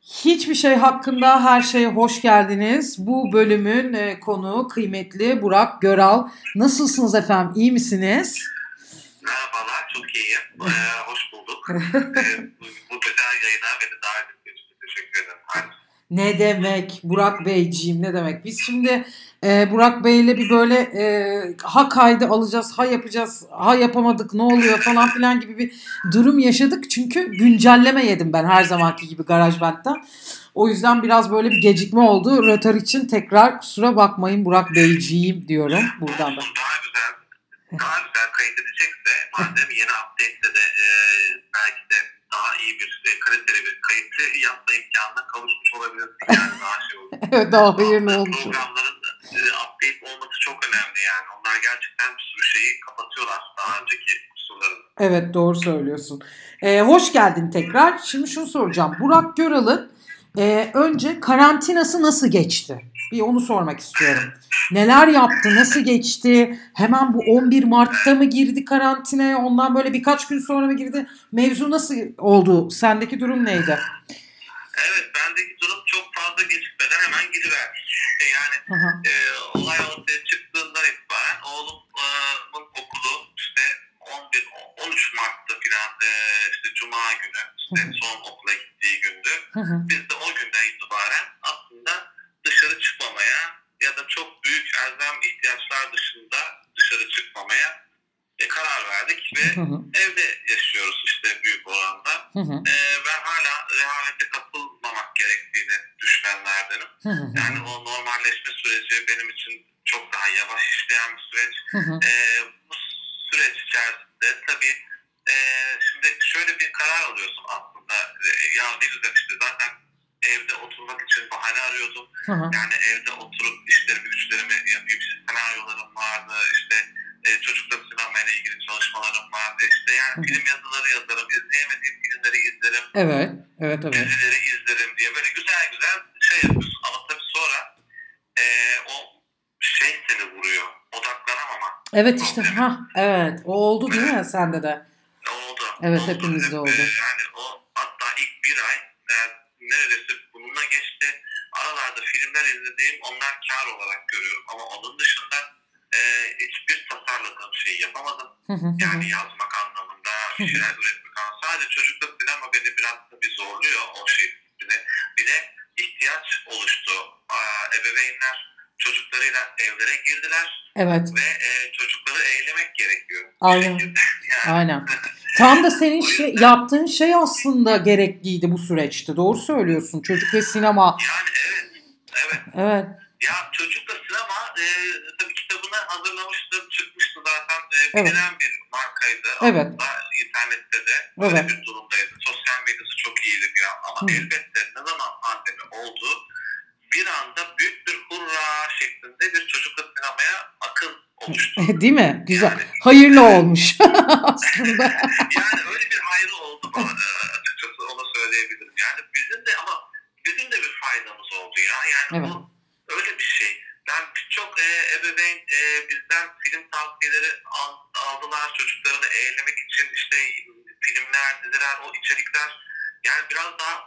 Hiçbir şey hakkında her şeye hoş geldiniz. Bu bölümün konuğu kıymetli Burak Göral. Nasılsınız efendim? İyi misiniz? Merhabalar, çok iyiyim. Hoş bulduk. Bu güzel yayına beni davet ettiğiniz için teşekkür ederim. Ne demek Burak Beyciğim, ne demek? Biz şimdi Burak Bey'le bir böyle ha kaydı alacağız, ha yapacağız, ha yapamadık, ne oluyor falan filan gibi bir durum yaşadık. Çünkü güncelleme yedim ben her zamanki gibi GarageBand'den. O yüzden biraz böyle bir gecikme oldu. Rötar için tekrar kusura bakmayın Burak Beyciğim diyorum buradan da. Olsun, daha güzel kaydedecekse, madem yeni update'de de belki de daha iyi bir kaliteli bir kayıtı yapma imkanına kavuşmuş olabilirsin. Yani daha şey olur. Evet, daha hayırlı olmuş. Programların update olması çok önemli yani. Onlar gerçekten bir sürü şeyi kapatıyorlar daha önceki kusurlarını. Evet, doğru söylüyorsun. Hoş geldin tekrar. Şimdi şunu soracağım. Burak Göral'ın önce karantinası nasıl geçti? Bir onu sormak istiyorum. Neler yaptı? Nasıl geçti? Hemen bu 11 Mart'ta mı girdi karantinaya? Ondan böyle birkaç gün sonra mı girdi? Mevzu nasıl oldu? Sendeki durum neydi? Evet, bendeki durum çok fazla gecikmeden hemen giriverdi. Yani Hı hı. olay ortaya çıktığından itibaren oğlumun okulu işte 13 Mart'ta filan işte Cuma günü işte son okula gittiği gündü. Hı hı. Biz de o günden itibaren aslında dışarı çıkmamaya ya da çok büyük elzem ihtiyaçlar dışında dışarı çıkmamaya karar verdik ve Hı hı. evde yaşıyoruz işte büyük oranda. Hı hı. Ben hala rehavete kapılmamak gerektiğini düşünenlerdenim. Hı hı. Yani o normalleşme süreci benim için çok daha yavaş işleyen bir süreç. Hı hı. Bu süreç içerisinde tabii şimdi şöyle bir karar alıyorsun aslında. Ya ne güzel işte zaten evde oturmak için bahane arıyordum. Hı hı. Yani evde oturup işlerimi güçlerimi yapayım. Senaryolarım vardı işte çocukla sinemayla ilgili çalışmalarım vardı. İşte yani film yazıları yazarım, izleyemediğim filmleri izlerim. Evet. Evet. Dizileri izlerim diye böyle güzel güzel şey yapıyorsun. Ama tabii sonra o şey seni vuruyor. Odaklanamama Evet işte. problemi. Evet. O oldu değil mi Evet, sende de? oldu. Evet, Oldu. hepimizde oldu. Yani o hatta ilk bir ay neredeyse bununla geçti. Aralarda filmler izlediğim onlar kar olarak görüyorum. Ama onun dışında hiçbir tasarladığım şeyi yapamadım. Hı hı. Yani yazmak anlamında, bir şeyler üretmek anlamında. Sadece çocukla sinema beni biraz tabii zorluyor o şeyin üstüne. Bir de ihtiyaç oluştu. Ebeveynler çocuklarıyla evlere girdiler Evet. ve çocukları eğlemek gerekiyor. Aynen. Yani. Aynen. Tam da senin O yüzden yaptığın şey aslında gerekliydi bu süreçte. Doğru söylüyorsun. Çocuk ve sinema. yani evet. Evet. Ya çocukla sinema tabii kitabını hazırlamıştım, çıkmıştı zaten. Evet. Bilinen bir markaydı. Evet. Aslında internette de böyle Evet. bir durumdaydı. Sosyal medyası çok iyiydi bir an. Ama Hı. elbette ne zaman pandemi oldu, bir anda büyük bir hurra şeklinde bir çocukla sinemaya akın oluştu. Değil mi? Güzel. Yani Hayırlı evet. olmuş aslında. Yani öyle bir hayrı oldu bana açıkçası onu söyleyebilirim. Yani bizim de bir faydamız oldu ya. Yani Evet. bu öyle bir şey. Ben birçok ebeveyn bizden film tavsiyeleri aldılar çocuklarını eğlemek için işte filmler, diziler, o içerikler. Yani biraz daha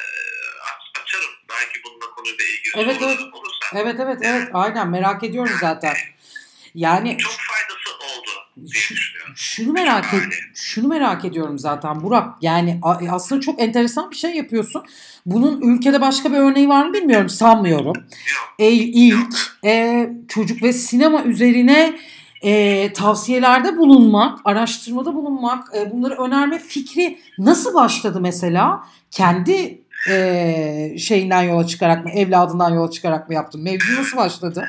açarım belki bununla konuyla ilgili Evet. sorularım olursa. Evet. Yani, Aynen, merak ediyorum zaten. Yani çok faydası oldu diye düşünüyorum. şunu merak ediyorum zaten Burak. Yani aslında çok enteresan bir şey yapıyorsun. Bunun ülkede başka bir örneği var mı bilmiyorum. Sanmıyorum. Yok. İlk çocuk ve sinema üzerine tavsiyelerde bulunmak, araştırmada bulunmak, bunları önerme fikri nasıl başladı mesela? Kendi şeyinden yola çıkarak mı, evladından yola çıkarak mı yaptın? Mevzu nasıl başladı?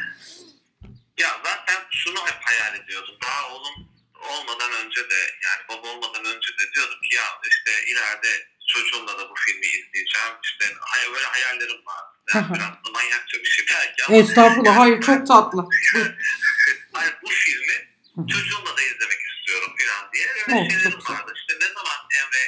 Ya zaten şunu hep hayal ediyordum. Daha oğlum olmadan önce de yani baba olmadan önce de diyordum ki ya işte ileride çocuğumla da bu filmi izleyeceğim. İşte böyle hayallerim var. Yani biraz da manyakça bir şey belki ama Estağfurullah. yani Hayır, çok tatlı. hayır, bu filmi çocuğumla da izlemek istiyorum falan diye öyle şeylerim vardı. İşte ne zaman Emre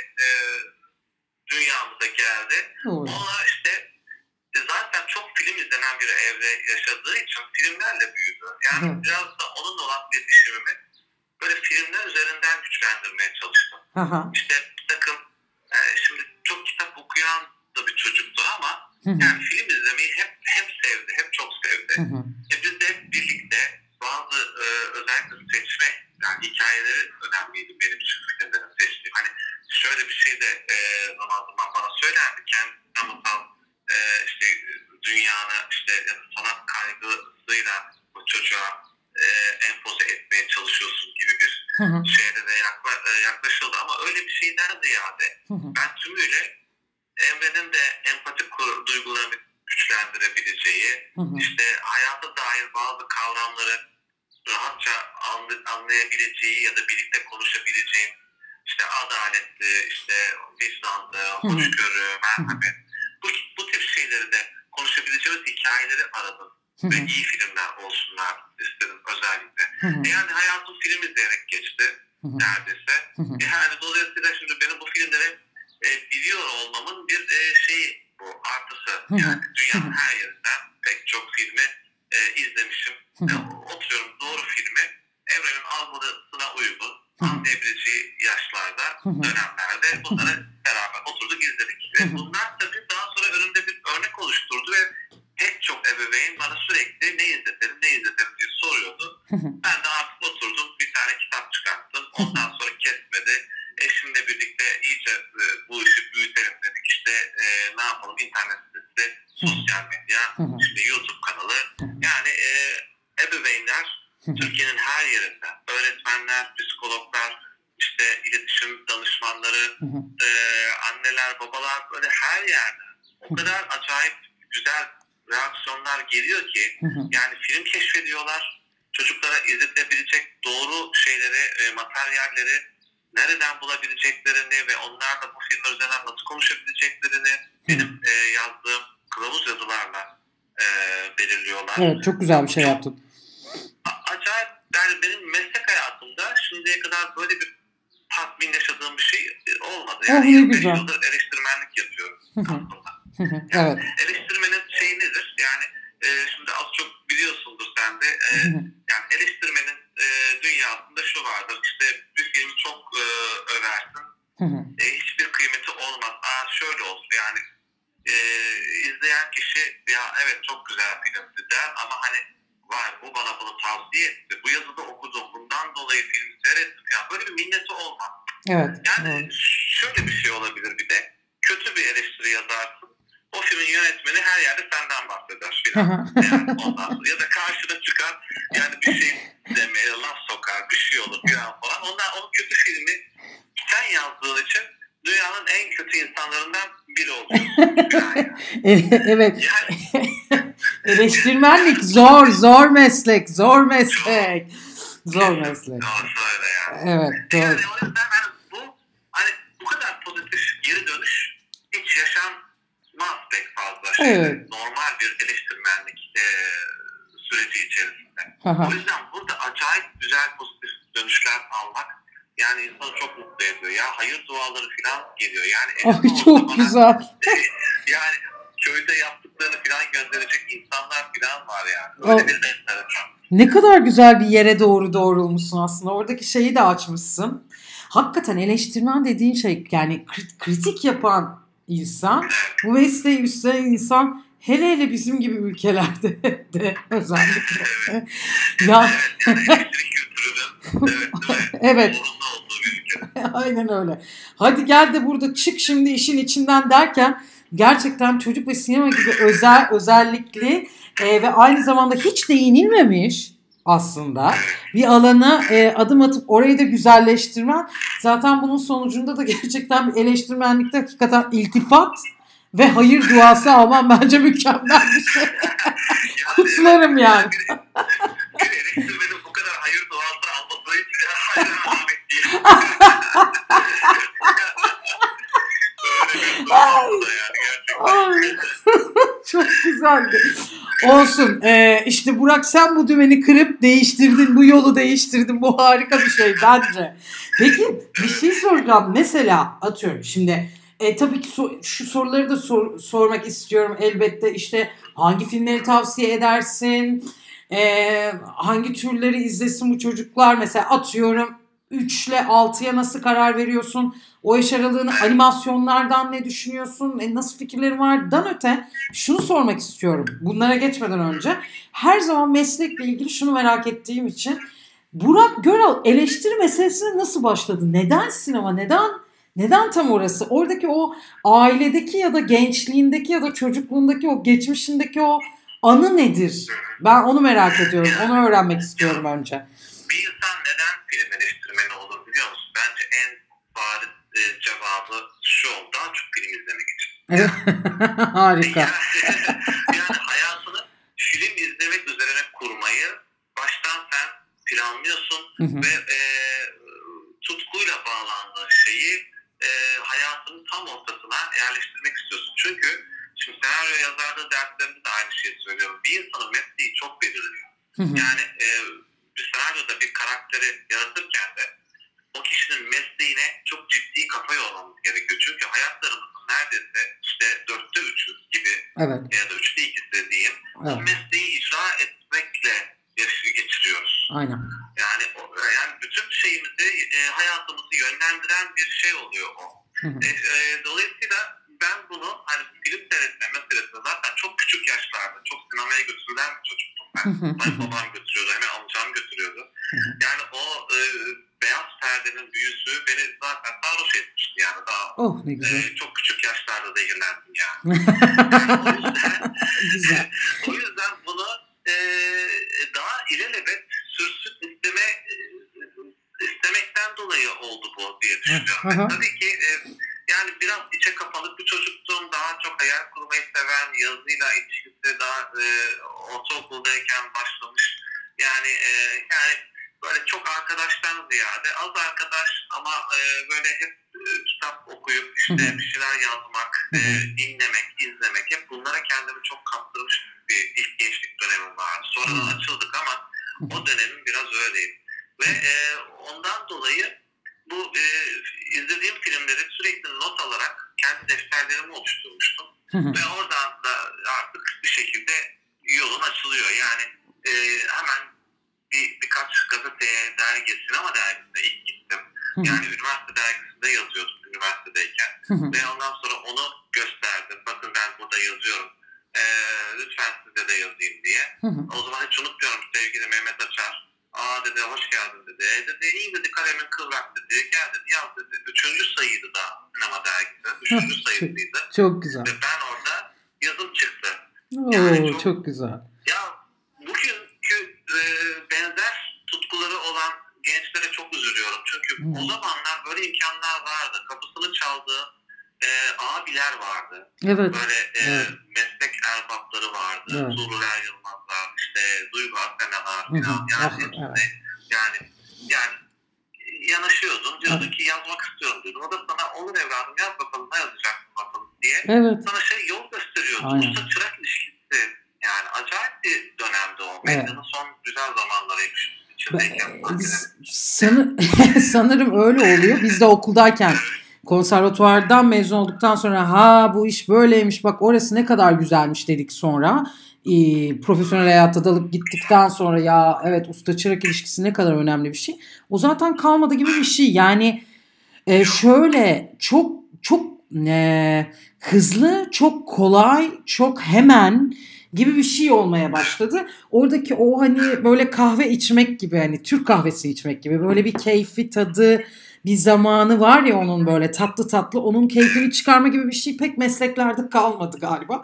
dünyamıza geldi. Ona işte zaten çok film izlenen bir evde yaşadığı için filmlerle büyüdü. Yani biraz da onunla olan iletişimimi böyle filmler üzerinden güçlendirmeye çalıştım. İşte bir takım şimdi çok kitap okuyan da bir çocuktu ama Hı hı. yani film izlemeyi hep sevdi, hep çok sevdi. Hı hı. Biz de hep birlikte bazı özellikle seçme, yani hikayeleri önemliydi benim için filmlerin seçtiğim. Hani şöyle bir şey de zaman zaman bana söylerdi. Kendisi masal işte dünyanın işte sanat kaygısıyla bu çocuğa empoze etmeye çalışıyorsun gibi bir Hı hı. şeyde de yaklaşıldı. Ama öyle bir şeyden ziyade Hı hı. ben tümüyle Emre'nin de empati duygularını güçlendirebileceği, Hı hı. işte hayata dair bazı kavramları rahatça anlayabileceği ya da birlikte konuşabileceğim, işte adaletli, işte vicdanlı, Hı hı. hoşgörü, merhamet, bu tip şeyleri de konuşabileceğimiz hikayeleri aradım. Hı hı. Ve iyi filmler olsunlar istedim özellikle. Hı hı. Yani hayatım film izleyerek geçti Hı hı. neredeyse. Hı hı. Yani dolayısıyla şimdi benim bu filmleri biliyor olmamın bir şeyi, bu artısı. Hı hı. Yani dünyanın her yerinden pek çok filmi izlemişim. Hı hı. Oturuyorum doğru filmi Emre'nin algısına uygun Hı hı. anlayabileceği yaşlarda, Hı hı. dönemlerde bunları beraber oturduk izledik. Hı hı. Bunlar tabii daha sonra önümde bir örnek oluşturdu ve pek çok ebeveyn bana sürekli ne izletelim diye soruyordu. Hı hı. Ben de artık oturdum, bir tane kitap çıkarttım. Ondan sonra kesmedi. Eşimle birlikte iyice bu işi büyütelim dedik. İşte ne yapalım, internet sitesi, sosyal medya, Hı hı. şimdi YouTube kanalı. Yani ebeveynler Hı hı. Türkiye'nin her yerinden, öğretmenler, psikologlar, işte iletişim danışmanları, Hı hı. anneler, babalar, böyle her yerden o kadar acayip güzel reaksiyonlar geliyor ki Hı hı. yani film keşfediyorlar. Çocuklara izletebilecek doğru şeyleri, materyalleri nereden bulabileceklerini ve onlarla bu filmler üzerinden nasıl konuşabileceklerini benim yazdığım kılavuz yazılarla belirliyorlar. Evet, çok güzel bir şey Çok yaptın. acayip, yani benim meslek hayatımda şimdiye kadar böyle bir tatmin yaşadığım bir şey olmadı. Oh, Yani ne 25 güzel. yıldır eleştirmenlik yapıyorum Hı hı. aslında. Hı hı. Yani Evet. eleştirmenin şeyi nedir? Yani şimdi az çok biliyorsundur sen de. Hı hı. Yani eleştirmenin dünyasında şu vardır. İşte bir filmi çok översin. Hı hı. Hiçbir kıymeti olmaz. Şöyle olsun yani izleyen kişi ya evet çok güzel filmdi der ama hani vay bu bana bunu tavsiye etti. Bu yazıda okudum. Bundan dolayı filmi seyrettim. Yani böyle bir minneti olmaz. Evet. Yani Evet. şöyle bir şey olabilir bir de. Kötü bir eleştiri yazarsın. O filmin yönetmeni her yerde senden bahseder Hı filan. hı. Yani ondan sonra. Ya da karşına çıkar yani bir şey demeye laf sokar, bir şey olur filan falan. Onlar o kötü filmi sen yazdığın için dünyanın en kötü insanlarından biri oluyorsun filan yani. Evet. Yani Eleştirmenlik zor meslek, zor meslek. Zor meslek. doğrusu öyle yani. Evet, doğru. Yani o yüzden hani bu kadar pozitif geri dönüş hiç yaşanmaz pek fazla şeyde. Evet. Normal bir eleştirmenlik süreci içerisinde. Hı hı. O yüzden burada acayip güzel pozitif dönüşler almak yani insanı çok mutlu ediyor. Ya hayır duaları falan geliyor. Yani Ay, çok güzel. yani köyde yaptıklarını falan gönderecek insanlar falan var yani. Öyle bir enteresan. Ne kadar güzel bir yere doğru doğrulmuşsun aslında. Oradaki şeyi de açmışsın. Hakikaten eleştirmen dediğin şey yani kritik yapan insan, bu mesleği üstlenen insan, hele bizim gibi ülkelerde de özellikle. Evet. Ya Yani elektrik kültürünün evet, değil mi? evet. Zorunlu olduğu bir ülke. Aynen öyle. Hadi gel de burada çık şimdi işin içinden derken gerçekten çocuk ve sinema gibi özellikli ve aynı zamanda hiç değinilmemiş aslında bir alana adım atıp orayı da güzelleştirmen, zaten bunun sonucunda da gerçekten bir eleştirmenlikte hakikaten iltifat ve hayır duası alman bence mükemmel bir şey. Kutlarım yani. Bir eleştirmenin bu kadar hayır duası alması hiç hayır alamet değil. Öyle bir durum aslında yani gerçekten. Çok güzeldi. Olsun. İşte Burak, sen bu dümeni kırıp değiştirdin. Bu yolu değiştirdin. Bu harika bir şey bence. Peki bir şey soracağım. Mesela atıyorum şimdi tabii ki şu soruları da sormak istiyorum elbette. İşte hangi filmleri tavsiye edersin? Hangi türleri izlesin bu çocuklar? Mesela atıyorum 3 ile 6'ya nasıl karar veriyorsun? O yaş aralığını animasyonlardan ne düşünüyorsun? Nasıl fikirlerin var? Dan öte şunu sormak istiyorum. Bunlara geçmeden önce her zaman meslekle ilgili şunu merak ettiğim için Burak Göral eleştiri meselesine nasıl başladı? Neden sinema? Neden tam orası? Oradaki o ailedeki ya da gençliğindeki ya da çocukluğundaki o geçmişindeki o anı nedir? Ben onu merak ediyorum. Onu öğrenmek istiyorum önce. Bir insan neden film eleştirmeni olur biliyor musun? Bence en bariz cevabı şu oldu. Daha çok film izlemek için. Evet. Harika. Yani hayatını film izlemek üzerine kurmayı baştan sen planlıyorsun ve tutkuyla bağlandığın şeyi hayatının tam ortasına yerleştirmek istiyorsun. Çünkü şimdi senaryo yazarlığı derslerinde de aynı şeyi söylüyorum. Bir insanın mesleği çok belirliyor. Yani bir senaryoda bir karakteri yaratırken de o kişinin mesleğine çok ciddi kafa yormamız gerekiyor. Çünkü hayatlarımızın neredeyse işte 4'te 3'ü gibi ya da 3'te 2'si diyeyim. O mesleği icra etmekle geçiriyoruz. Aynen. Yani bütün şeyimizi, hayatımızı yönlendiren bir şey oluyor o. Dolayısıyla ben bunu hani film seyretme meselesinde zaten çok küçük yaşlarda çok sinemaya götürülen bir çocuktum ben. Hem babam götürüyordu hem amcam götürüyordu. Yani o beyaz perdenin büyüsü beni zaten sarhoş etmişti yani daha çok küçük yaşlarda zehirlendim yani. O yüzden bunu daha ilelebet sürsün istemekten dolayı oldu bu diye düşünüyorum. Tabii ki yani biraz içe kapalı bir çocuktum. Daha çok hayal kurmayı seven, yazıyla ilişkisi daha ortaokuldayken başlamış. Yani böyle çok arkadaştan ziyade az arkadaş ama böyle hep kitap okuyup işte bir şeyler yazmak, dinlemek, izlemek hep bunlara kendimi çok kaptırmış bir ilk gençlik dönemim vardı. Sonradan açıldık ama o dönemim biraz öyleydi. Ve ondan dolayı bu izlediğim filmleri sürekli not alarak kendi defterlerimi oluşturmuştum. Ve oradan da artık bir şekilde yolun açılıyor. Yani hemen birkaç gazeteye, dergi, sinema dergisine ilk gittim. Yani üniversite dergisinde yazıyordum üniversitedeyken. Ve ondan sonra onu gösterdim. Bakın ben burada yazıyorum. Lütfen size de yazayım diye. O zaman hiç unutmuyorum sevgili Mehmet Açar. Aa dedi hoş geldin dedi. Dedi iyi dedi kalemin kıvrak dedi. Gel dedi yaz dedi. 3. sayıydı da sinema dergisi. 3. sayısıydı. Çok güzel. Ve ben orada yazım çıktı. Yani çok güzel. Ya bugünkü benzer tutkuları olan gençlere çok üzülüyorum. Çünkü o zamanlar böyle imkanlar vardı. Kapısını çaldığı abiler vardı. Evet. Böyle meslek erbapları vardı. Tuğrul Yılmazlar, işte Duygu Akdenalar falan. Yani yanaşıyordun. Diyordun ki yazmak istiyorum diyordun. O da sana olur evladım yaz bakalım ne yazacaksın bakalım diye. Sana yol gösteriyordu. Usta çırak ilişkisi. Yani acayip bir dönemdi o. Medyanın son güzel zamanlarıymış. Sanırım öyle oluyor. Biz de okuldayken konservatuvardan mezun olduktan sonra bu iş böyleymiş bak orası ne kadar güzelmiş dedik sonra. Profesyonel hayata dalıp gittikten sonra ya evet usta çırak ilişkisi ne kadar önemli bir şey. O zaten kalmadı gibi bir şey. Yani şöyle çok hızlı, çok kolay, çok hemen gibi bir şey olmaya başladı. Oradaki o hani böyle kahve içmek gibi hani Türk kahvesi içmek gibi böyle bir keyfi tadı bir zamanı var ya onun böyle tatlı tatlı onun keyfini çıkarma gibi bir şey pek mesleklerde kalmadı galiba.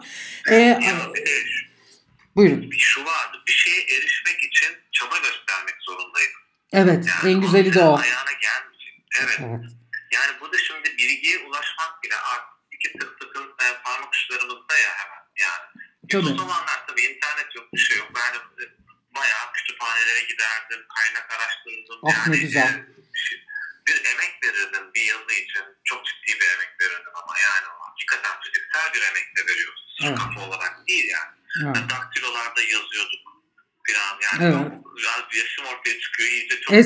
Buyurun. Şu vardı bir şeye erişmek için çaba göstermek zorundaydın. Evet yani en güzeli de o. Ayağına gelmeyecek. Evet. Yani burada şimdi bilgiye ulaşmak bile artık iki tıkın parmak uçlarımızda ya hemen yani. O zamanlar tabii internet yok bir şey yok. Ben bayağı kütüphanelere giderdim, kaynak araştırırdım. Ne güzel. Bir emek verirdim bir yazı için. Çok ciddi bir emek verirdim ama yani hakikaten fiziksel bir emek de veriyoruz. Kafa olarak değil yani. Daktilolarda yazıyorduk falan yani. Yaşım ortaya çıkıyor iyice çok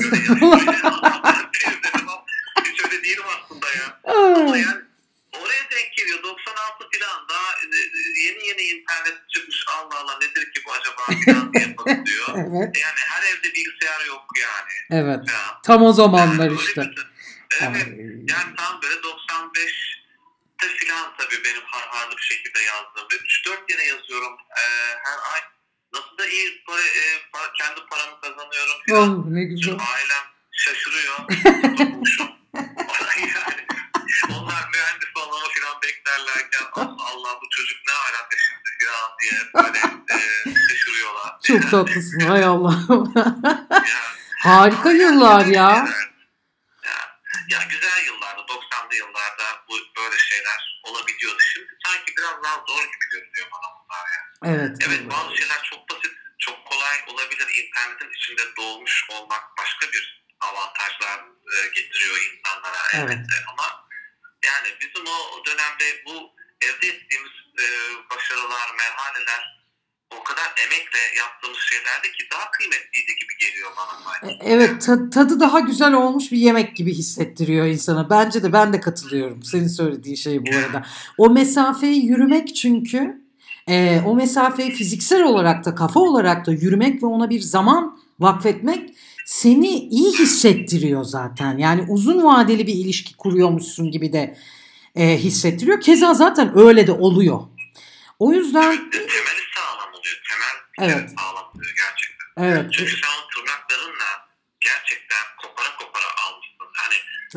hiç öyle değilim aslında ya. Ama yani oraya denk geliyor 96 falan daha yeni yeni internet çıkmış, Allah Allah nedir ki bu acaba falan diye bakılıyor. Evet. Yani her evde bilgisayar yok yani. Evet. Ya. Tam o zamanlar Yani işte. evet. Yani tam böyle 95'te filan tabii benim harlı bir şekilde yazdığım. 3-4 yere yazıyorum her ay. Nasıl da iyi kendi paramı kazanıyorum filan. Oh ne güzel. Çünkü ailem şaşırıyor. Tutulmuşum. Yani onlar mühendis olmamı filan beklerlerken Allah bu çocuk ne alaka şimdi filan diye böyle şaşırıyorlar. Çok tatlısın hay Allah. Ya, Harika yıllar ya. Ya güzel yıllarda, 90'lı yıllarda bu böyle şeyler olabiliyordu. Şimdi sanki biraz daha zor gibi görünüyor bana bunlar ya. Evet. Evet, bazı şeyler çok basit, çok kolay olabilir. İnternetin içinde doğmuş olmak başka bir avantajlar getiriyor insanlara elbette. Ama yani bizim o dönemde bu elde ettiğimiz başarılar, merhaleler o kadar emekle yaptığımız şeylerdi ki daha kıymetliydi gibi geliyor bana. Evet, tadı daha güzel olmuş bir yemek gibi hissettiriyor insana. Bence de, ben de katılıyorum senin söylediğin şeye bu arada. O mesafeyi yürümek, çünkü o mesafeyi fiziksel olarak da kafa olarak da yürümek ve ona bir zaman vakfetmek seni iyi hissettiriyor zaten. Yani uzun vadeli bir ilişki kuruyormuşsun gibi de hissettiriyor. Keza zaten öyle de oluyor. O yüzden... Temeli sağlam oluyor. Temel sağlam oluyor gerçekten. Evet. Çünkü sen o tırnaklarınla gerçekten kopara kopara almışsın. Hani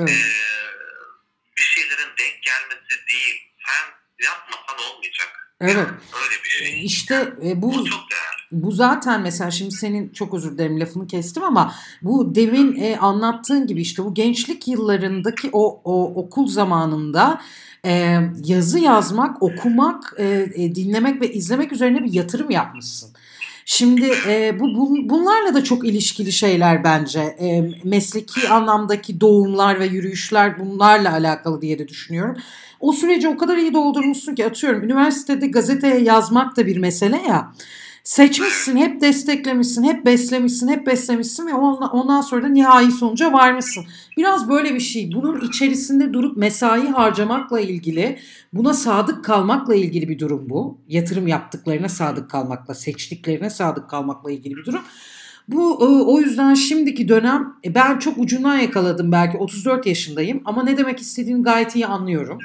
bir şeylerin denk gelmesi değil. Sen yapmasan olmayacak. Evet. Yani öyle bir şey. İşte bu çok değerli. Bu zaten mesela şimdi senin, çok özür dilerim lafını kestim ama bu demin anlattığın gibi işte bu gençlik yıllarındaki o okul zamanında yazı yazmak, okumak, dinlemek ve izlemek üzerine bir yatırım yapmışsın. Şimdi bunlarla da çok ilişkili şeyler bence. Mesleki anlamdaki doğumlar ve yürüyüşler bunlarla alakalı diye de düşünüyorum. O süreci o kadar iyi doldurmuşsun ki, atıyorum üniversitede gazeteye yazmak da bir mesele ya. Seçmişsin, hep desteklemişsin, hep beslemişsin ve ondan sonra da nihai sonuca varmışsın. Biraz böyle bir şey. Bunun içerisinde durup mesai harcamakla ilgili, buna sadık kalmakla ilgili bir durum bu. Yatırım yaptıklarına sadık kalmakla, seçtiklerine sadık kalmakla ilgili bir durum. Bu o yüzden şimdiki dönem, ben çok ucundan yakaladım, belki 34 yaşındayım ama ne demek istediğini gayet iyi anlıyorum.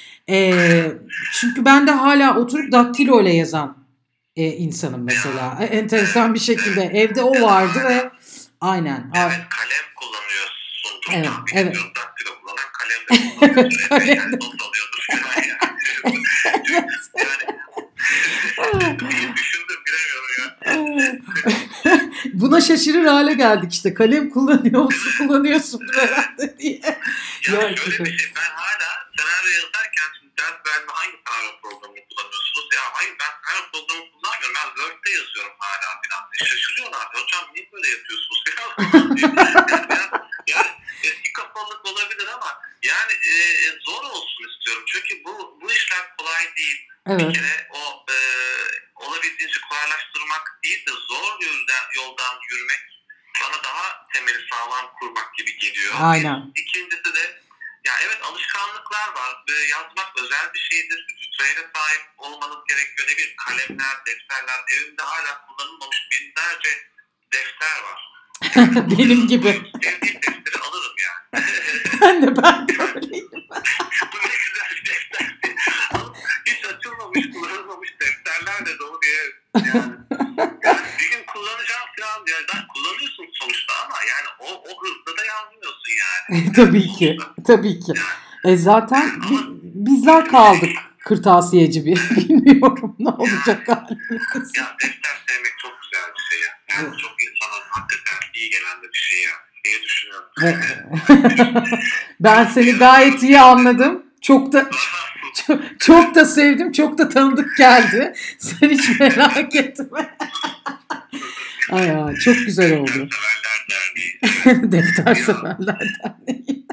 Çünkü ben de hala oturup daktilo ile yazan insanım mesela. Enteresan bir şekilde evde o vardı ve aynen. Evet, kalem kullanıyorsun. Evet. Daktilo kullanan kalem de kullanıyorsun. Kalem de. Yani not alıyordur falan yani. Yani düşündüm, bilemiyorum ya. Buna şaşırır hale geldik işte. Kalem kullanıyorsun herhalde diye. Ya şöyle bir şey, ben hala senaryo yazarken şimdi ders verme hangi senaryo programını kullanıyorsunuz? Ya hayır, ben senaryo programını kullanmıyorum. Ben Word'de yazıyorum hala falan. Şaşırıyorlar. Hocam niye böyle yapıyorsunuz falan diye. Yani eski kafalılık olabilir ama yani zor olsun istiyorum. Çünkü bu işler kolay değil. Evet. Bir kere o olabildiğince kolaylaştırmak değil de zor yoldan yürümek bana daha temeli sağlam kurmak gibi geliyor. Aynen. İkincisi de ya evet, alışkanlıklar var. Yazmak özel bir şeydir. Ritüele sahip olmanız gerekiyor. Ne bileyim, kalemler, defterler. Evimde hala kullanılmamış binlerce defter var. Yani benim gibi. Sevdiğim defteri alırım yani. ben de öyleyim. Bu ne güzel bir defter. Hiç açılmamış, kullanılmamış defterler de dolu diye. Yani bir gün kullanacağım falan diye. Ben kullanıyorsun sonuçta ama yani o hızda da yazmıyorsun yani. Tabii ki. Tabii ki. Yani, zaten bizler kaldık kırtasiyeci bir. Bilmiyorum ne olacak halimiz. Ya defter sevmek çok güzel bir şey ya. Yani evet. Çok insana hakikaten iyi gelen de bir şey ya diye düşünüyorum. Ben seni gayet iyi anladım. Çok da sevdim. Çok da tanıdık geldi. Sen hiç merak etme. Ay, çok güzel oldu. Defter Severler Derneği.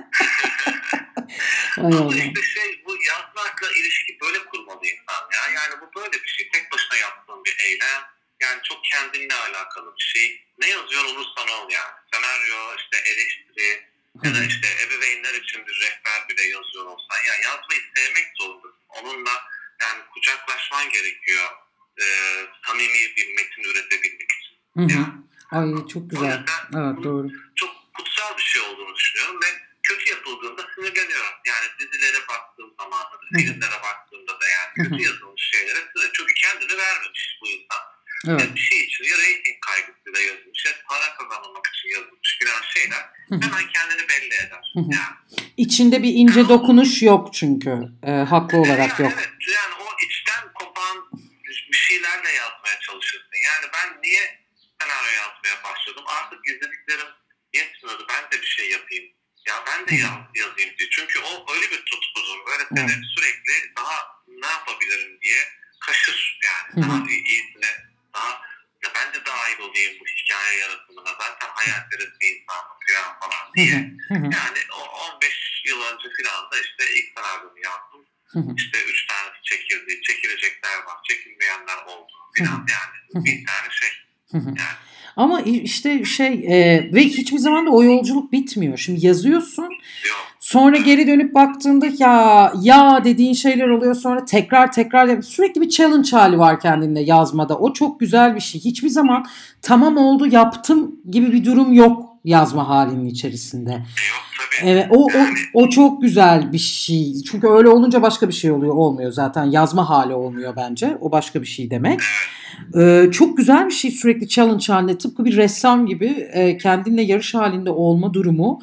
Ama işte bu yazmakla ilişki böyle kurmalı insan ya. Yani bu böyle bir şey. Tek başına yaptığın bir eylem. Yani çok kendinle alakalı bir şey. Ne yazıyor olursan ol yani. Senaryo, işte eleştiri ya da işte ebeveynler için bir rehber bile yazıyor olsan ya yazmayı sevmek zorundasın. Onunla Yani kucaklaşman gerekiyor samimi bir metin üretebilmek için. Hı hı. Yani, Ay çok o güzel. yüzden Evet doğru. çok kutsal bir şey olduğunu düşünüyorum ve kötü yapıldığında sinirleniyorum. Yani dizilere baktığım zaman da, filmlere baktığımda da yani kötü yazılmış şeylere çünkü kendini vermemiş bu insan. Evet. Ya bir şey için ya reyting kaygısıyla yazılmış ya para kazanmak için yazılmış filan şeyler hemen kendini belli eder. Yani. İçinde bir ince dokunuş yok çünkü. Haklı olarak yani yok. Evet, yani o içten kopan bir şeylerle yazmaya çalışırsın. Yani ben niye senaryo yazmaya başladım? Artık izlediklerim yetmiyordu. Ben de bir şey yapayım. Ya ben de yazayım diye. Çünkü o öyle bir tutkudur. Böyle seni sürekli daha ne yapabilirim diye kaşır yani. Daha iyisine, ya ben de dahil olayım bu hikaye yaratımına. Zaten hayal kırık bir insanım falan diye. Yani o 15 yıl önce falan da işte ilk senaryonu yazdım. İşte 3 tanesi çekildi. Çekilecekler var. Çekilmeyenler oldu falan yani. Bir tane şey. Yani. Ama işte ve hiçbir zaman da o yolculuk bitmiyor. Şimdi yazıyorsun. Sonra geri dönüp baktığında ya dediğin şeyler oluyor, sonra tekrar sürekli bir challenge hali var kendinde yazmada. O çok güzel bir şey. Hiçbir zaman tamam oldu yaptım gibi bir durum yok yazma halinin içerisinde. Yok tabii. Evet, o çok güzel bir şey. Çünkü öyle olunca başka bir şey olmuyor zaten. Yazma hali olmuyor bence. O başka bir şey demek. Çok güzel bir şey, sürekli challenge halinde, tıpkı bir ressam gibi kendinle yarış halinde olma durumu,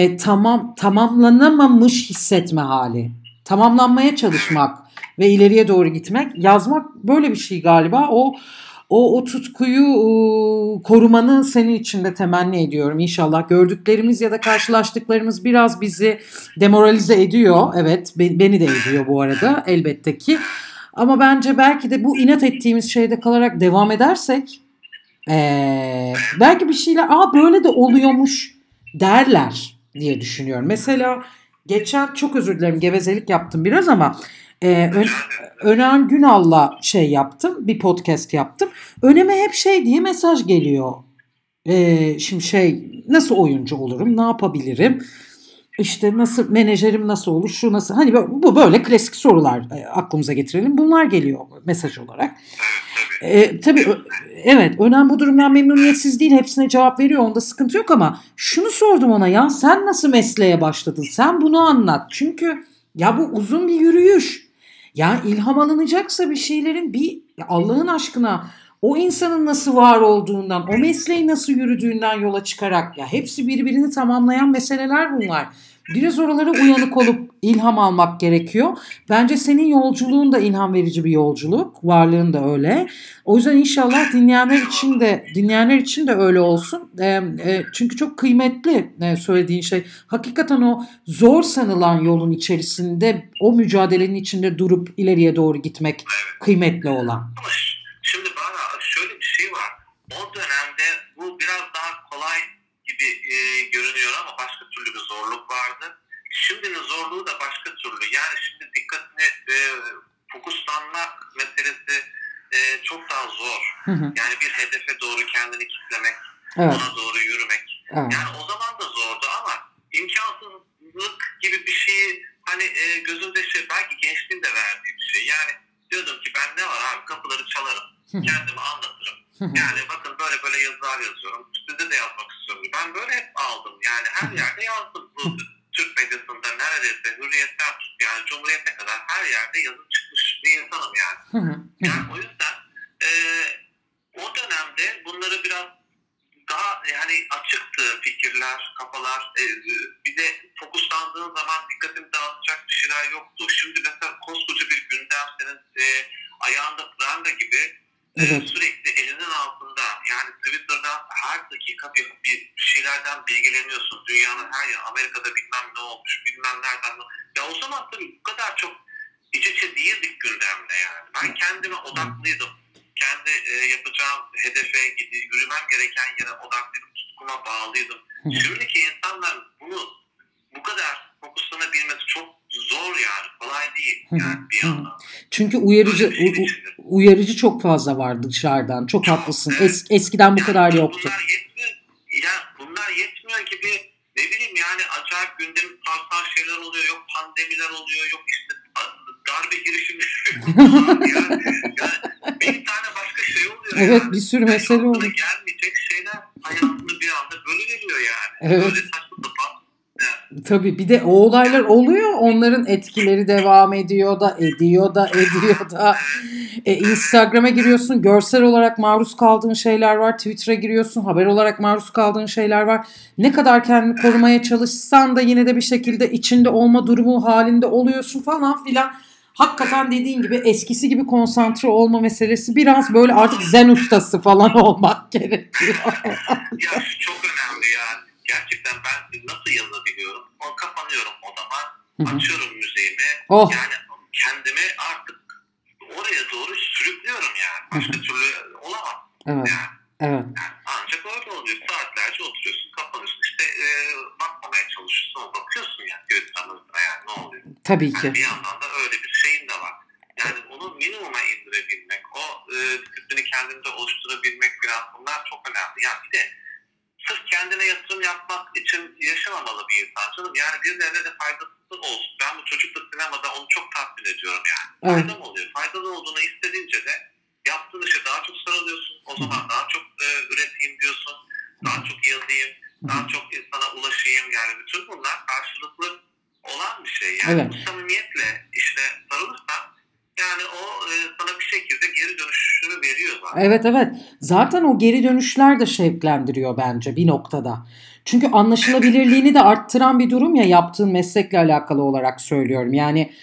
tamamlanamamış hissetme hali, tamamlanmaya çalışmak ve ileriye doğru gitmek, yazmak böyle bir şey galiba. O tutkuyu korumanı senin için de temenni ediyorum. İnşallah gördüklerimiz ya da karşılaştıklarımız biraz bizi demoralize ediyor. Evet, beni de ediyor bu arada elbette ki. Ama bence belki de bu inat ettiğimiz şeyde kalarak devam edersek belki bir şeyler böyle de oluyormuş derler diye düşünüyorum. Mesela geçen, çok özür dilerim gevezelik yaptım biraz ama Önen Günal'la yaptım, bir podcast yaptım. Öneme hep diye mesaj geliyor. Şimdi nasıl oyuncu olurum, ne yapabilirim? İşte nasıl menajerim nasıl olur, şu nasıl, hani bu böyle klasik sorular aklımıza getirelim. Bunlar geliyor mesaj olarak. Tabii evet, Önem bu durumdan memnuniyetsiz değil, hepsine cevap veriyor, onda sıkıntı yok ama şunu sordum ona, ya sen nasıl mesleğe başladın, sen bunu anlat. Çünkü ya bu uzun bir yürüyüş. Ya ilham alınacaksa bir şeylerin, Allah'ın aşkına o insanın nasıl var olduğundan, o mesleği nasıl yürüdüğünden yola çıkarak, ya hepsi birbirini tamamlayan meseleler bunlar. Biraz oralara uyanık olup ilham almak gerekiyor. Bence senin yolculuğun da ilham verici bir yolculuk. Varlığın da öyle. O yüzden inşallah dinleyenler için de öyle olsun. Çünkü çok kıymetli söylediğin şey. Hakikaten o zor sanılan yolun içerisinde, o mücadelenin içinde durup ileriye doğru gitmek kıymetli olan. Ama şimdi bana şöyle bir şey var. O dönemde bu biraz daha kolay gibi görünüyor ama başka türlü bir zorluk vardı. Şimdinin zorluğu da başka türlü. Yani şimdi dikkatini fokuslanma meselesi çok daha zor. Yani bir hedefe doğru kendini kitlemek, ona doğru yürümek. Yani o zaman da zordu ama imkansızlık gibi bir şeyi hani gözümde belki gençliğin de verdiği bir şey. Yani diyordum ki ben ne var abi, kapıları çalarım, kendimi anlatırım. Yani bakın böyle böyle yazılar yazıyorum, size de yazmak istiyorum. Ben böyle hep aldım. Yani her yerde yazdım. Bu Türk medyasında neredeyse Hürriyet'ten yani Cumhuriyet'e kadar her yerde yazı çıkmış bir insanım yani. Yani o yüzden o dönemde bunları biraz daha yani açıktı fikirler, kafalar. Bir de fokuslandığın zaman dikkatini dağıtacak bir şeyler yoktu. Şimdi mesela koskoca bir gündem senin ayağında pranga gibi sürekli elinin altında. Yani Twitter'dan her dakika bir şeylerden bilgileniyorsun. Dünyanın her yeri, Amerika'da bilmem ne olmuş, bilmem nereden. Ya o zaman tabii bu kadar çok iç içe değildik gündemle yani. Ben kendime odaklıydım. Kendi yapacağım hedefe yürümem gereken yere odaklıydım, tutkuma bağlıydım. Şimdiki insanlar bunu bu kadar fokuslanabilmesi çok zor yani, kolay değil yani bir yandan. Çünkü uyarıcı çok fazla var dışarıdan. Çok haklısın. Evet. Eskiden bu kadar yoktu. Bunlar yetmiyor gibi, ne bileyim yani acayip gündem sarsan şeyler oluyor. Yok pandemiler oluyor, yok işte darbe girişimleri falan yani bir tane başka şey oluyor Evet, yani. bir sürü Yani mesele aklına oluyor. gelmeyecek şeyler hayatını bir anda bölüveriyor yani. Evet. Böyle saçma sapan. Yani, Tabii bir de o olaylar oluyor. Onların etkileri devam ediyor da ediyor da. Instagram'a giriyorsun. Görsel olarak maruz kaldığın şeyler var. Twitter'a giriyorsun. Haber olarak maruz kaldığın şeyler var. Ne kadar kendini korumaya çalışsan da yine de bir şekilde içinde olma durumu halinde oluyorsun falan filan. Hakikaten dediğin gibi eskisi gibi konsantre olma meselesi biraz böyle artık zen ustası falan olmak gerekiyor. ya şu çok önemli yani. Gerçekten ben nasıl yazabiliyorum? Kapanıyorum odama. Açıyorum müziğimi. Oh. Yani kendimi artık oraya doğru sürüklüyorum yani. Başka türlü olamaz. Evet. Yani. Evet. Yani ancak öyle oluyor. Saatlerce oturuyorsun, kapanıyorsun. İşte bakmamaya çalışıyorsun ama bakıyorsun yani Twitter'da yani ne oluyor? Tabii ki. Yani bir yandan da öyle bir şeyin de var. Yani onu minimuma indirebilmek, o disiplini kendinde oluşturabilmek biraz bunlar çok önemli. Yani bir de sırf kendine yatırım yapmak için yaşamamalı bir insan canım. Yani birilerine de faydası olsun. Ben bu çocukla sinemada onu çok tatmin ediyorum yani. Evet. Faydalı oluyor. Faydalı olduğunu istediğince de yaptığın işe daha çok sarılıyorsun. O zaman daha çok üreteyim diyorsun. Daha çok yazayım. Daha çok insana ulaşayım. Yani bütün bunlar karşılıklı olan bir şey. Yani Evet. bu samimiyetle işine sarılırsan yani o sana bir şekilde geri dönüşünü veriyor zaten. Evet, evet. Zaten o geri dönüşler de şevklendiriyor bence bir noktada. Çünkü anlaşılabilirliğini de arttıran bir durum ya, yaptığın meslekle alakalı olarak söylüyorum. Yani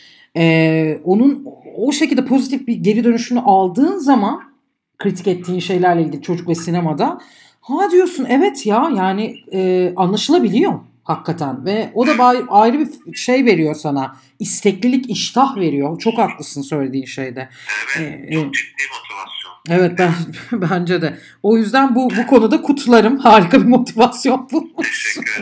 onun o şekilde pozitif bir geri dönüşünü aldığın zaman kritik ettiğin şeylerle ilgili çocuk ve sinemada ha diyorsun evet ya yani anlaşılabiliyor hakikaten ve o da ayrı bir şey veriyor sana, isteklilik, iştah veriyor. Çok haklısın söylediğin şeyde. Evet, çok ciddi motivasyon. Evet, bence de. O yüzden bu konuda kutlarım. Harika bir motivasyon bulmuşsun. Teşekkür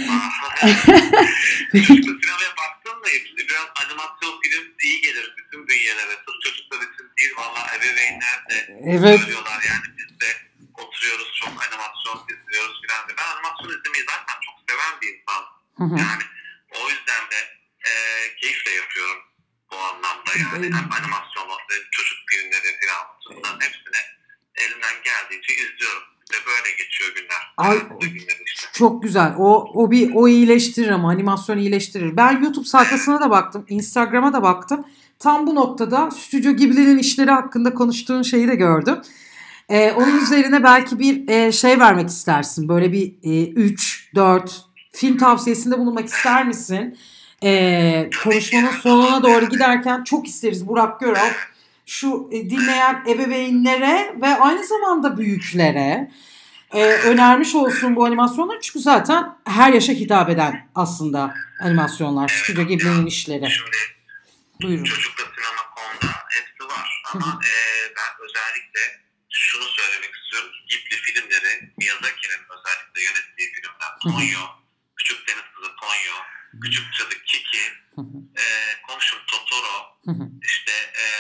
ederim. Çocuklu sinemaya baktın mı? Biraz animasyon film iyi gelir bütün bünyelere. Sırf çocuklar için değil valla ebeveynler de söylüyorlar. Yani biz de oturuyoruz çok animasyon izliyoruz filan. Ben animasyon izlemeyi zaten çok seven bir insan. Yani o yüzden de keyifle yapıyorum bu anlamda yani. Hem animasyon, çocuk filmleri filan bunların hepsini elimden geldiğince izliyorum. Ve böyle geçiyor günler. Işte. Çok güzel. O iyileştirir ama animasyon iyileştirir. Ben YouTube sayfasına da baktım, Instagram'a da baktım. Tam bu noktada Stüdyo Ghibli'nin işleri hakkında konuştuğun şeyi de gördüm. Onun üzerine belki bir şey vermek istersin. Böyle bir 3-4 film tavsiyesinde bulunmak ister misin? Konuşmanın sonuna doğru giderken çok isteriz Burak Görel. Şu dinleyen ebeveynlere ve aynı zamanda büyüklere önermiş olsun bu animasyonlar. Çünkü zaten her yaşa hitap eden aslında animasyonlar. Stüdyo Ghibli'nin işleri. Şimdi buyurun. Çocukla sinema konuda hepsi var. Ama ben özellikle şunu söylemek istiyorum. Ghibli filmleri, Miyazaki'nin özellikle yönettiği filmler. Ponyo, Küçük Deniz Kızı Ponyo, Küçük Cadı Kiki, Komşum Totoro, işte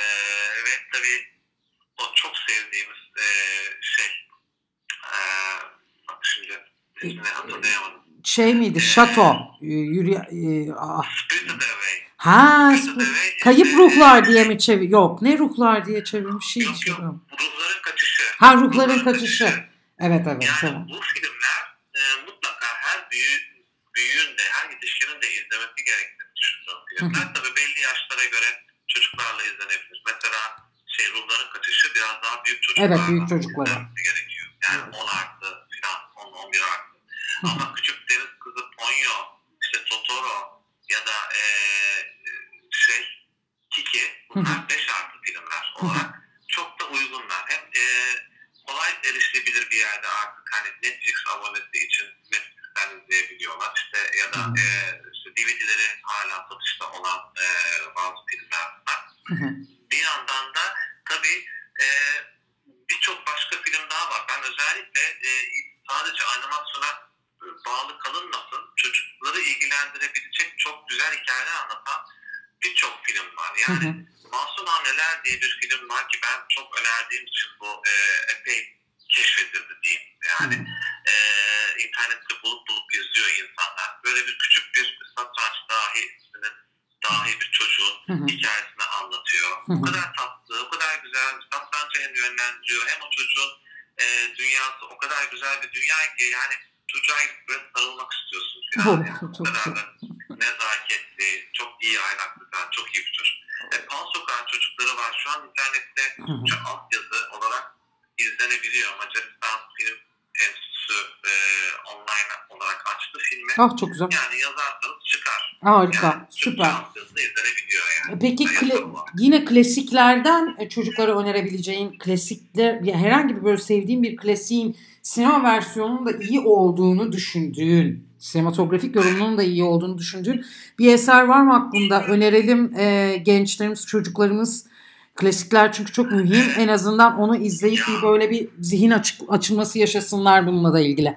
ve tabii o çok sevdiğimiz şimdi ismini hatırlayamadım. Şey miydi? Şato. Spirited Away. Ha, Kayıp Ruhlar diye mi çevir? Yok, ne ruhlar diye çevirmiş şey. Yok. Ruhların Kaçışı. Ha, Ruhların Kaçışı. Evet. Yani tamam. bu filmler mutlaka her büyüğün de her yetişkinin de izlemesi gerektiğini düşünüyorum filmler. Tabii belli yaşlara göre çocuklarla izlenebilir. Mesela Ruhların Kaçışı biraz daha büyük çocuklarla izlenmesi gerekiyor. Yani 10 artı falan 10-11 artı. Ama Küçük Deniz Kızı Ponyo, işte Totoro ya da Kiki bunlar 5 artı filmler olarak çok da uygunlar. Hem kolay erişilebilir bir yerde artık hani Netflix abonesi için Netflix'ten izleyebiliyorlar. İşte ya da işte DVD'leri hala satışta olan bazı filmler var. Bir yandan da tabii birçok başka film daha var. Ben özellikle sadece animasyona bağlı kalınmasın, çocukları ilgilendirebilecek çok güzel hikayeler anlatan birçok film var. Yani Masum Hamleler diye bir film var ki ben çok önerdiğim için bu epey keşfedildi diyeyim. Yani internette bulup izliyor insanlar. Böyle bir küçük bir satranç dahisinin dahi bir çocuğun Hı hı. hikayesini anlatıyor. Hı O hı. kadar tatlı, o kadar güzel. Satrancı hem yönlendiriyor hem o çocuğun dünyası o kadar güzel bir dünya ki yani çocuğa gidip böyle sarılmak istiyorsunuz Oh, yani. O çok güzel. kadar da nezaketli, çok iyi ahlaklı, çok iyi bir çocuk. Pan Sokağı'nın çocukları var. Şu an internette Hı hı. Türkçe altyazı olarak izlenebiliyor. Macaristan Film Enstitüsü online olarak açtı filmi. Ah, çok güzel. Yani yazarsanız çıkar. Harika. Yani Türkçe Süper. altyazıda izlenebiliyor yani. Peki Yapımı var. yine klasiklerden çocuklara önerebileceğin klasikler, ya herhangi bir böyle sevdiğin bir klasiğin sinema versiyonunun da iyi olduğunu düşündüğün, sinematografik yorumunun da iyi olduğunu düşündüğün bir eser var mı aklında? Önerelim gençlerimiz, çocuklarımız. Klasikler çünkü çok mühim. En azından onu izleyip bir Ya, böyle bir zihin açılması yaşasınlar bununla da ilgili.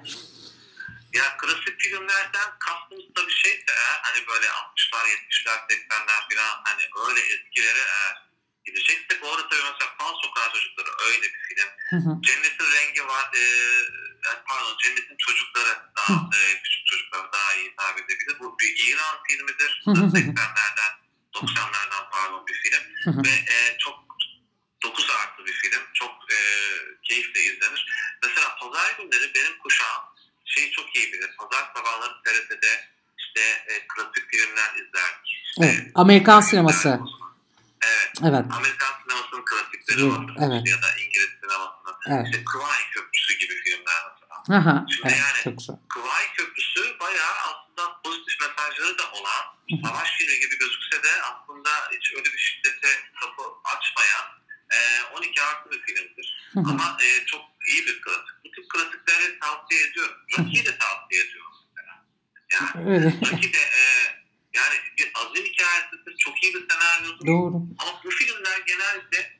ya klasik filmlerden kastımız tabii şeyse eğer hani böyle 60'lar, 70'ler, 80'ler falan hani öyle eskilere eğer gideceksek orada tabii mesela Pan Sokağı Çocukları öyle bir film. Hı hı. Cennetin Rengi var. Pardon, Cennetin Çocukları daha küçük çocuklara daha iyi hitap edebilir. Bu bir İran filmidir. Hı hı. 80'lerden 90'lardan pardon bir film. Hı hı. Ve çok 9 artı bir film. Çok keyifle izlenir. Mesela pazar günleri benim kuşağım şeyi çok iyi bilir. Pazar sabahları TRT'de işte klasik filmler izlerdik. İşte, Evet. Amerikan sineması. Evet. Evet. Amerikan sinemasının klasikleri Evet. vardır. Evet. Ya da İngiliz sinemasının. Evet. İşte Kıvay Köprüsü gibi filmler mesela. Aha, Şimdi evet, yani çok güzel. Kıvay Köprüsü bayağı aslında pozitif mesajları da olan savaş filmi gibi gözükse de aslında hiç öyle bir şiddete kapı açmayan 12 artı bir filmdir. Ama çok iyi bir klasik. Bu tip klasikleri tavsiye ediyorum. Rocky'yi de tavsiye ediyorum mesela. Yani Öyle. Rocky de yani bir azim hikayesidir. Çok iyi bir senaryodur. Doğru. Ama bu filmler genelde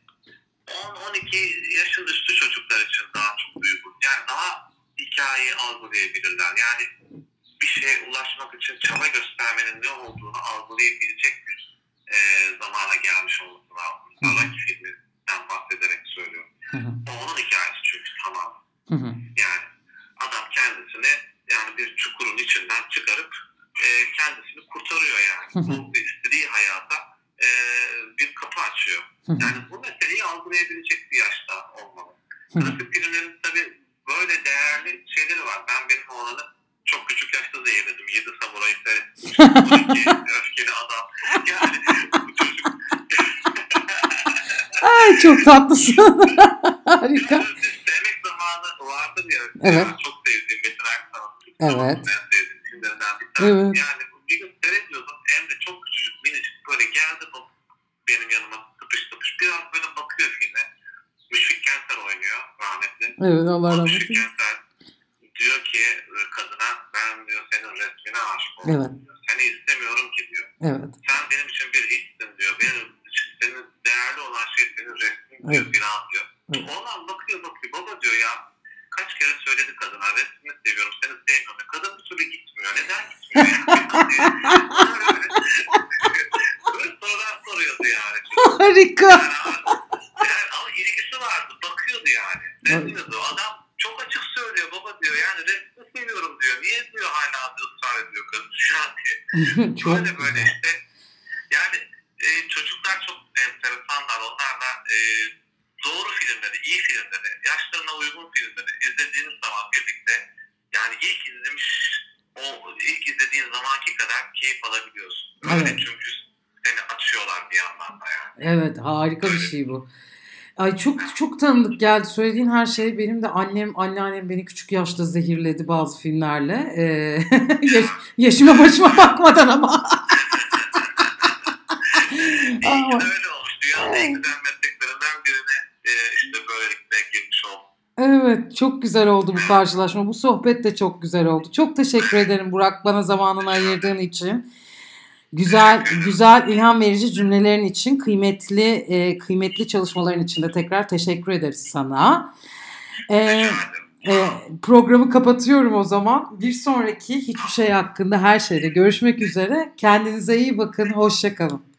10-12 yaşın üstü çocuklar için daha çok uygun. Yani daha hikayeyi algılayabilirler. Yani bir şeye ulaşmak için çaba göstermenin ne olduğunu algılayabilecek bir zamana gelmiş olması lazım. Rocky filminden bahsederek söylüyorum. O onun hikayesi çünkü tamam. Yani adam kendisini yani bir çukurun içinden çıkarıp kendisini kurtarıyor yani. Bu istediği hayata bir kapı açıyor. Yani bu meseleyi algılayabilecek bir yaşta olmalı. Klasik filmlerin tabii böyle değerli şeyleri var. Benim oğlanı çok küçük yaşta zehirledim. 7 Samuray'ı seyrettim. Öfkeli Adam. Yani bu çocuk. Ay, çok tatlısın. Harika. Sevmek zamanı vardır ya. Evet. Ya, çok sevdiğim Metin Aksan'ın. Evet. En sevdiğim filmlerinden bir tanesi. Evet. Yani bir gün seyrediyordum. Hem de çok küçücük minicik böyle geldi benim yanıma tıpış. Biraz böyle bakıyor filme. Müşfik Kenter oynuyor rahmetli. Evet, Allah rahmet Müşfik eylesin. Kenter diyor ki kadına ben diyor senin resmine aşık oldum Evet. diyor. Seni istemiyorum ki diyor. Evet. Sen benim için bir hiçsin diyor. Benim için senin değerli olan şey senin resmin diyor filan diyor. Evet. Oğlan bakıyor baba diyor ya kaç kere söyledi kadına resmini seviyorum seni sevmiyorum. Kadın bir türlü gitmiyor. Neden gitmiyor yani? Böyle sorular soruyordu yani. Harika. Yani ama ilgisi vardı. Bakıyordu yani. Resmiyordu. Adam çok açık söylüyor baba diyor. Yani resmi seviyorum diyor. Niye diyor hala ısrar ediyor kadın şu an diye. Çok böyle işte. Yani çocuklar çok enteresanlar. Onlarla doğru filmleri, iyi filmleri, yaşlarına uygun filmleri izlediğiniz zaman birlikte yani ilk izlediğin zamanki kadar keyif alabiliyorsun. Öyle Evet. çünkü seni açıyorlar bir yandan da yani. Evet, harika bir şey bu. Ay, çok tanıdık geldi. Söylediğin her şey. Benim de anneannem beni küçük yaşta zehirledi bazı filmlerle. Yaşıma başıma bakmadan ama. İyi ki de öyle olmuş. Dünyanın en güzel mesleklerinden birine işte böylelikle girmiş oldum. Evet, çok güzel oldu bu karşılaşma. Bu sohbet de çok güzel oldu. Çok teşekkür ederim Burak, bana zamanını ayırdığın için. Güzel ilham verici cümlelerin için, kıymetli çalışmaların için de tekrar teşekkür ederiz sana. Programı kapatıyorum o zaman. Bir sonraki hiçbir şey hakkında her şeyde görüşmek üzere. Kendinize iyi bakın. Hoşça kalın.